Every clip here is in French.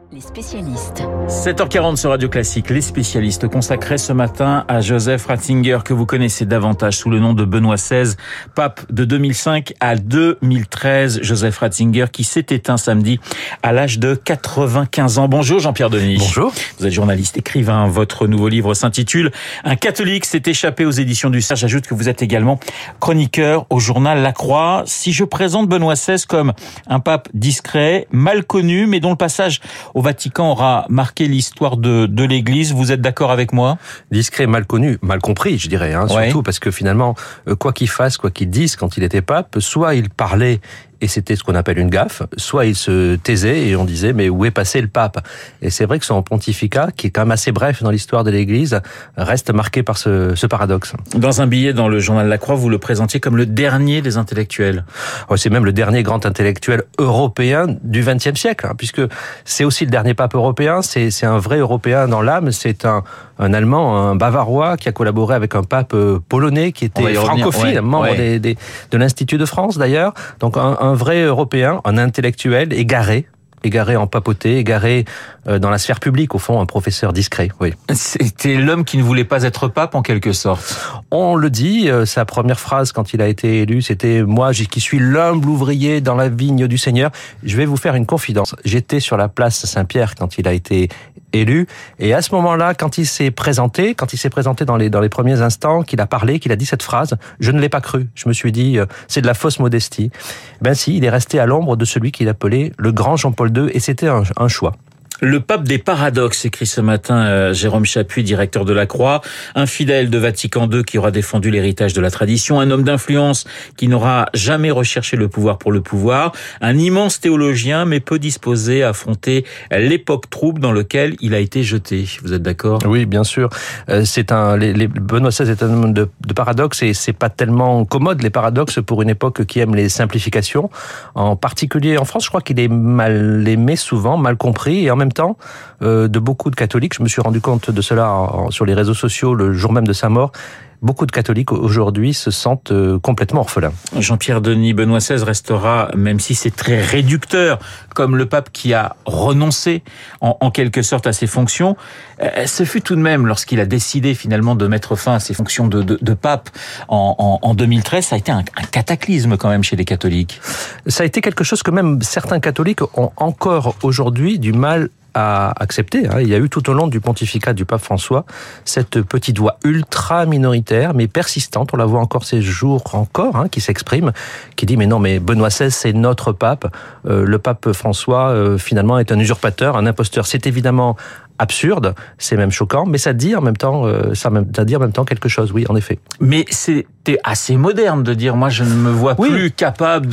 Les spécialistes. 7h40 sur Radio Classique, les spécialistes consacrés ce matin à Joseph Ratzinger, que vous connaissez davantage sous le nom de Benoît XVI, pape de 2005 à 2013. Joseph Ratzinger qui s'est éteint samedi à l'âge de 95 ans. Bonjour Jean-Pierre Denis. Bonjour. Vous êtes journaliste, écrivain. Votre nouveau livre s'intitule « Un catholique s'est échappé » aux éditions du Cerf. J'ajoute que vous êtes également chroniqueur au journal La Croix. Si je présente Benoît XVI comme un pape discret, mal connu, mais dont le passage au Vatican aura marqué l'histoire de l'Église, vous êtes d'accord avec moi ? Discret, mal connu, mal compris, je dirais, surtout parce que finalement, quoi qu'il fasse, quoi qu'il dise quand il était pape, soit il parlait et c'était ce qu'on appelle une gaffe, soit il se taisait et on disait mais où est passé le pape ? Et c'est vrai que son pontificat, qui est quand même assez bref dans l'histoire de l'Église, reste marqué par ce paradoxe. Dans un billet dans le journal La Croix, vous le présentiez comme le dernier des intellectuels. C'est même le dernier grand intellectuel européen du XXe siècle, puisque c'est aussi le dernier pape européen, c'est un vrai européen dans l'âme, c'est un Allemand, un Bavarois qui a collaboré avec un pape polonais qui était francophile, membre de l'Institut de France d'ailleurs, donc un vrai Européen, un intellectuel égaré en papauté, égaré dans la sphère publique, au fond, un professeur discret, oui. C'était l'homme qui ne voulait pas être pape, en quelque sorte. On le dit, sa première phrase quand il a été élu, c'était « Moi, qui suis l'humble ouvrier dans la vigne du Seigneur, je vais vous faire une confidence. J'étais sur la place Saint-Pierre quand il a été élu, et à ce moment-là, quand il s'est présenté dans les premiers instants, qu'il a parlé, qu'il a dit cette phrase, je ne l'ai pas cru. Je me suis dit, c'est de la fausse modestie. Ben si, il est resté à l'ombre de celui qu'il appelait le grand Jean-Paul II, et c'était un choix. Le pape des paradoxes, écrit ce matin Jérôme Chapuis, directeur de La Croix, un fidèle de Vatican II qui aura défendu l'héritage de la tradition, un homme d'influence qui n'aura jamais recherché le pouvoir pour le pouvoir, un immense théologien mais peu disposé à affronter l'époque trouble dans laquelle il a été jeté. Vous êtes d'accord ? Oui, bien sûr. Benoît XVI est un homme de paradoxes et c'est pas tellement commode les paradoxes pour une époque qui aime les simplifications. En particulier en France, je crois qu'il est mal aimé souvent, mal compris et en même temps, de beaucoup de catholiques, je me suis rendu compte de cela sur les réseaux sociaux le jour même de sa mort, beaucoup de catholiques aujourd'hui se sentent complètement orphelins. Jean-Pierre Denis, Benoît XVI restera, même si c'est très réducteur, comme le pape qui a renoncé en quelque sorte à ses fonctions. Ce fut tout de même, lorsqu'il a décidé finalement de mettre fin à ses fonctions de pape en 2013, ça a été un cataclysme quand même chez les catholiques. Ça a été quelque chose que même certains catholiques ont encore aujourd'hui du mal à accepter. Il y a eu tout au long du pontificat du pape François cette petite voix ultra minoritaire mais persistante, on la voit encore ces jours qui s'exprime, qui dit mais non, mais Benoît XVI c'est notre pape, le pape François finalement est un usurpateur, un imposteur. C'est évidemment absurde, c'est même choquant, mais ça dit en même temps quelque chose, oui, en effet. Mais c'était assez moderne de dire, moi je ne me vois plus capable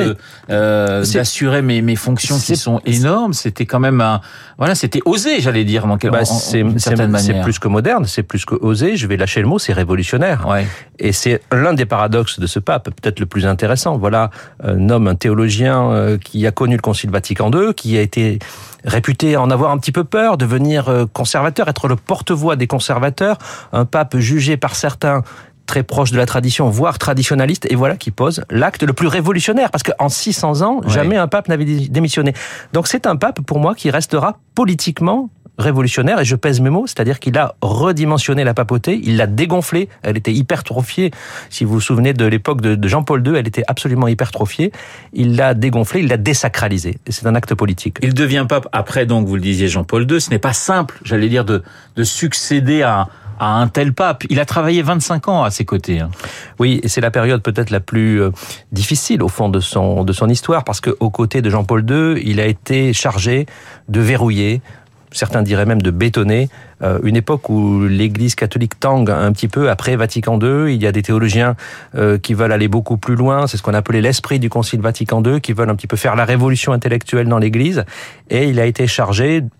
d'assurer mes fonctions qui sont énormes. C'était quand même c'était osé, j'allais dire, certaine manière. C'est plus que moderne, c'est plus que osé, je vais lâcher le mot, c'est révolutionnaire. Ouais. Et c'est l'un des paradoxes de ce pape, peut-être le plus intéressant. Voilà un théologien qui a connu le Concile Vatican II, qui a été réputé en avoir un petit peu peur, devenir conservateur, être le porte-voix des conservateurs, un pape jugé par certains très proche de la tradition, voire traditionnaliste, et voilà qui pose l'acte le plus révolutionnaire, parce qu'en 600 ans, jamais un pape n'avait démissionné. Donc c'est un pape, pour moi, qui restera politiquement révolutionnaire, et je pèse mes mots, c'est-à-dire qu'il a redimensionné la papauté, il l'a dégonflée, elle était hypertrophiée, si vous vous souvenez de l'époque de Jean-Paul II, elle était absolument hypertrophiée, il l'a dégonflée, il l'a désacralisée, et c'est un acte politique. Il devient pape après, donc, vous le disiez, Jean-Paul II, ce n'est pas simple, j'allais dire, de succéder à un tel pape. Il a travaillé 25 ans à ses côtés. Oui, et c'est la période peut-être la plus difficile, au fond, de son histoire, parce qu'aux côtés de Jean-Paul II, il a été chargé de verrouiller, certains diraient même de bétonner, une époque où l'Église catholique tangue un petit peu après Vatican II. Il y a des théologiens qui veulent aller beaucoup plus loin, c'est ce qu'on appelait l'esprit du Concile Vatican II, qui veulent un petit peu faire la révolution intellectuelle dans l'Église, et il a été chargé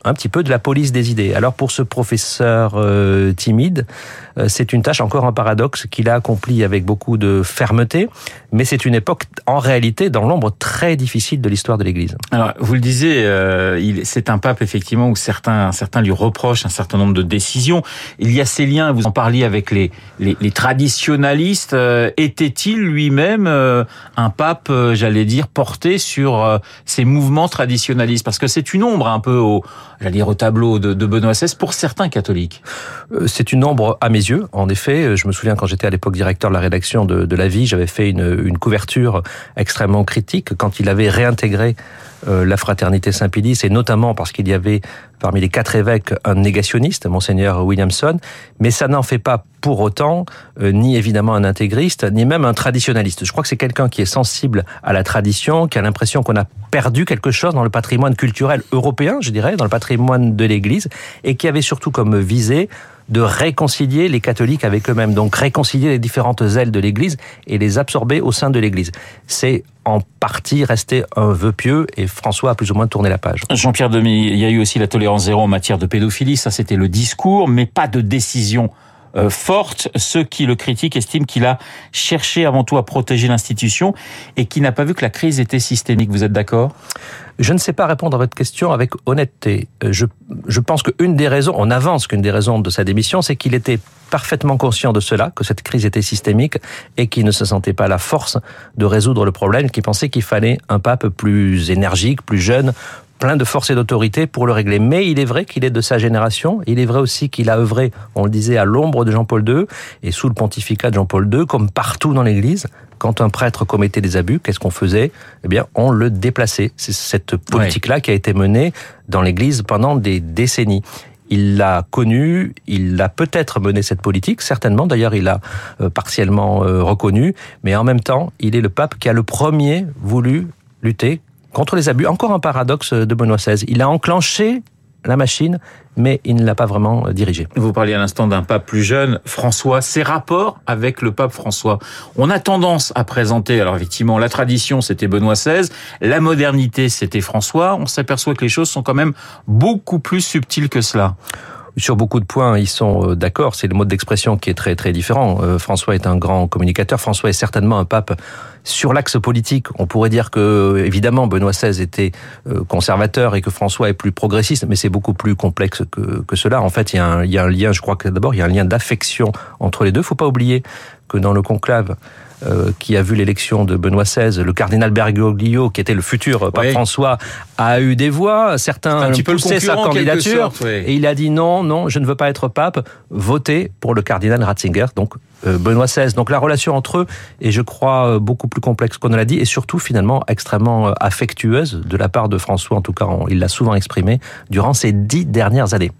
un petit peu de la police des idées. Alors pour ce professeur timide, c'est une tâche, encore un paradoxe, qu'il a accompli avec beaucoup de fermeté, mais c'est une époque, en réalité, dans l'ombre très difficile de l'histoire de l'Église. Alors, vous le disiez, c'est un pape, effectivement, où certains lui reprochent un certain nombre de décisions. Il y a ces liens, vous en parliez avec les traditionalistes. Était-il lui-même un pape, j'allais dire, porté sur ces mouvements traditionalistes? Parce que c'est une ombre un peu au tableau de Benoît XVI pour certains catholiques. C'est une ombre à mes yeux, en effet. Je me souviens quand j'étais à l'époque directeur de la rédaction de La Vie, j'avais fait une couverture extrêmement critique quand il avait réintégré la fraternité Saint-Pédis, et notamment parce qu'il y avait parmi les 4 évêques un négationniste, Monseigneur Williamson, mais ça n'en fait pas pour autant ni évidemment un intégriste, ni même un traditionnaliste. Je crois que c'est quelqu'un qui est sensible à la tradition, qui a l'impression qu'on a perdu quelque chose dans le patrimoine culturel européen, je dirais, dans le patrimoine de l'Église, et qui avait surtout comme visée de réconcilier les catholiques avec eux-mêmes, donc réconcilier les différentes ailes de l'Église et les absorber au sein de l'Église. C'est en partie resté un vœu pieux, et François a plus ou moins tourné la page. Jean-Pierre Demy, il y a eu aussi la tolérance zéro en matière de pédophilie, ça c'était le discours, mais pas de décision forte. Ceux qui le critiquent estiment qu'il a cherché avant tout à protéger l'institution et qu'il n'a pas vu que la crise était systémique. Vous êtes d'accord ? Je ne sais pas répondre à votre question avec honnêteté. Je pense qu'une des raisons, on avance qu'une des raisons de sa démission, c'est qu'il était parfaitement conscient de cela, que cette crise était systémique et qu'il ne se sentait pas la force de résoudre le problème, qu'il pensait qu'il fallait un pape plus énergique, plus jeune, plein de force et d'autorité pour le régler. Mais il est vrai qu'il est de sa génération. Il est vrai aussi qu'il a œuvré, on le disait, à l'ombre de Jean-Paul II et sous le pontificat de Jean-Paul II, comme partout dans l'Église. Quand un prêtre commettait des abus, qu'est-ce qu'on faisait ? Eh bien, on le déplaçait. C'est cette politique-là qui a été menée dans l'Église pendant des décennies. Il l'a connu, il a peut-être mené cette politique, certainement, d'ailleurs il l'a partiellement reconnu, mais en même temps, il est le pape qui a le premier voulu lutter contre les abus. Encore un paradoxe de Benoît XVI. Il a enclenché la machine, mais il ne l'a pas vraiment dirigée. Vous parliez à l'instant d'un pape plus jeune, François. Ses rapports avec le pape François. On a tendance à présenter, alors effectivement, la tradition, c'était Benoît XVI, la modernité, c'était François. On s'aperçoit que les choses sont quand même beaucoup plus subtiles que cela. Sur beaucoup de points, ils sont d'accord. C'est le mode d'expression qui est très très différent. François est un grand communicateur. François est certainement un pape sur l'axe politique. On pourrait dire que, évidemment, Benoît XVI était conservateur et que François est plus progressiste, mais c'est beaucoup plus complexe que cela. En fait, il y a un lien, je crois que d'abord, il y a un lien d'affection entre les deux. Faut pas oublier que dans le conclave qui a vu l'élection de Benoît XVI, le cardinal Bergoglio, qui était le futur pape François, a eu des voix. Certains poussaient sa candidature, et il a dit non, je ne veux pas être pape. Votez pour le cardinal Ratzinger, donc Benoît XVI. Donc la relation entre eux est, je crois, beaucoup plus complexe qu'on ne l'a dit, et surtout finalement extrêmement affectueuse de la part de François. En tout cas, il l'a souvent exprimé durant ces 10 dernières années.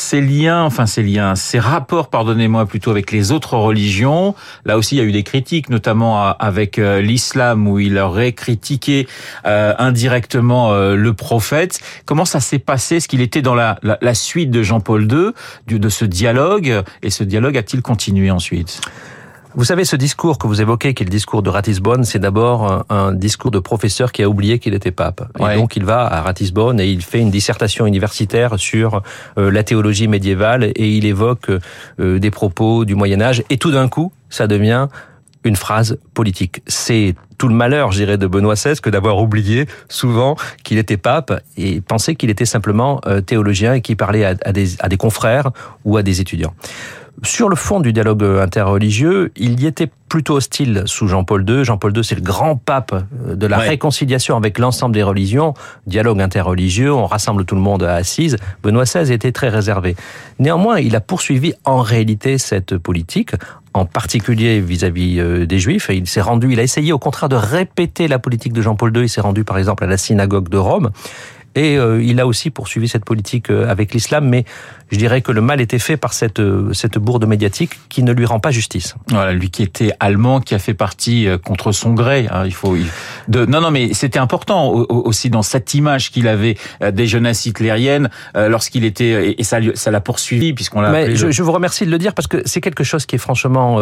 Ces rapports, pardonnez-moi, plutôt avec les autres religions. Là aussi, il y a eu des critiques, notamment avec l'islam, où il aurait critiqué indirectement le prophète. Comment ça s'est passé ? Est-ce qu'il était dans la suite de Jean-Paul II, de ce dialogue, et ce dialogue a-t-il continué ensuite ? Vous savez, ce discours que vous évoquez, qui est le discours de Ratisbonne, c'est d'abord un discours de professeur qui a oublié qu'il était pape. Et donc il va à Ratisbonne et il fait une dissertation universitaire sur la théologie médiévale, et il évoque des propos du Moyen-Âge, et tout d'un coup, ça devient une phrase politique. C'est tout le malheur, je dirais, de Benoît XVI que d'avoir oublié souvent qu'il était pape et penser qu'il était simplement théologien et qu'il parlait à des confrères ou à des étudiants. Sur le fond du dialogue interreligieux, il y était plutôt hostile sous Jean-Paul II. Jean-Paul II, c'est le grand pape de la réconciliation avec l'ensemble des religions. Dialogue interreligieux, on rassemble tout le monde à Assise. Benoît XVI était très réservé. Néanmoins, il a poursuivi en réalité cette politique, en particulier vis-à-vis des Juifs. Et il a essayé au contraire de répéter la politique de Jean-Paul II. Il s'est rendu par exemple à la synagogue de Rome. Et il a aussi poursuivi cette politique avec l'islam, mais je dirais que le mal était fait par cette bourde médiatique qui ne lui rend pas justice. Voilà, lui qui était allemand, qui a fait partie contre son gré. Hein, Non, mais c'était important aussi dans cette image qu'il avait des jeunesses hitlériennes lorsqu'il était, et ça l'a poursuivi puisqu'on l'a. Mais je vous remercie de le dire parce que c'est quelque chose qui est franchement,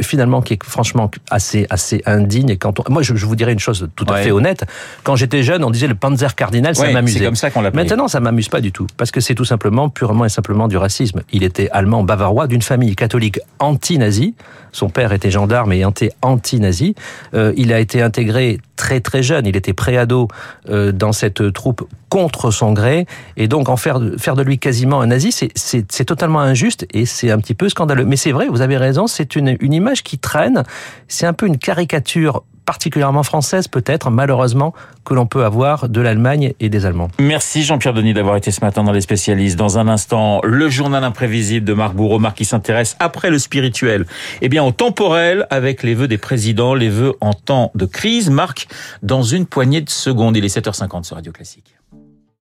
assez indigne. Et moi, je vous dirais une chose tout à fait honnête. Quand j'étais jeune, on disait le Panzer cardinal, ça m'amusait. amusait. C'est comme ça qu'on l'appelait. Maintenant, ça m'amuse pas du tout, parce que c'est tout simplement, purement et simplement du racisme. Il était allemand bavarois d'une famille catholique anti-nazie. Son père était gendarme et était anti-nazi. Il a été intégré très très jeune. Il était préado dans cette troupe contre son gré, et donc faire de lui quasiment un nazi, c'est totalement injuste et c'est un petit peu scandaleux. Mais c'est vrai, vous avez raison, c'est une image qui traîne. C'est un peu une caricature particulièrement française peut-être, malheureusement, que l'on peut avoir de l'Allemagne et des Allemands. Merci Jean-Pierre Denis d'avoir été ce matin dans Les Spécialistes. Dans un instant, le journal imprévisible de Marc Bourreau. Marc qui s'intéresse, après le spirituel, au temporel, avec les vœux des présidents, les vœux en temps de crise. Marc, dans une poignée de secondes, il est 7h50 sur Radio Classique.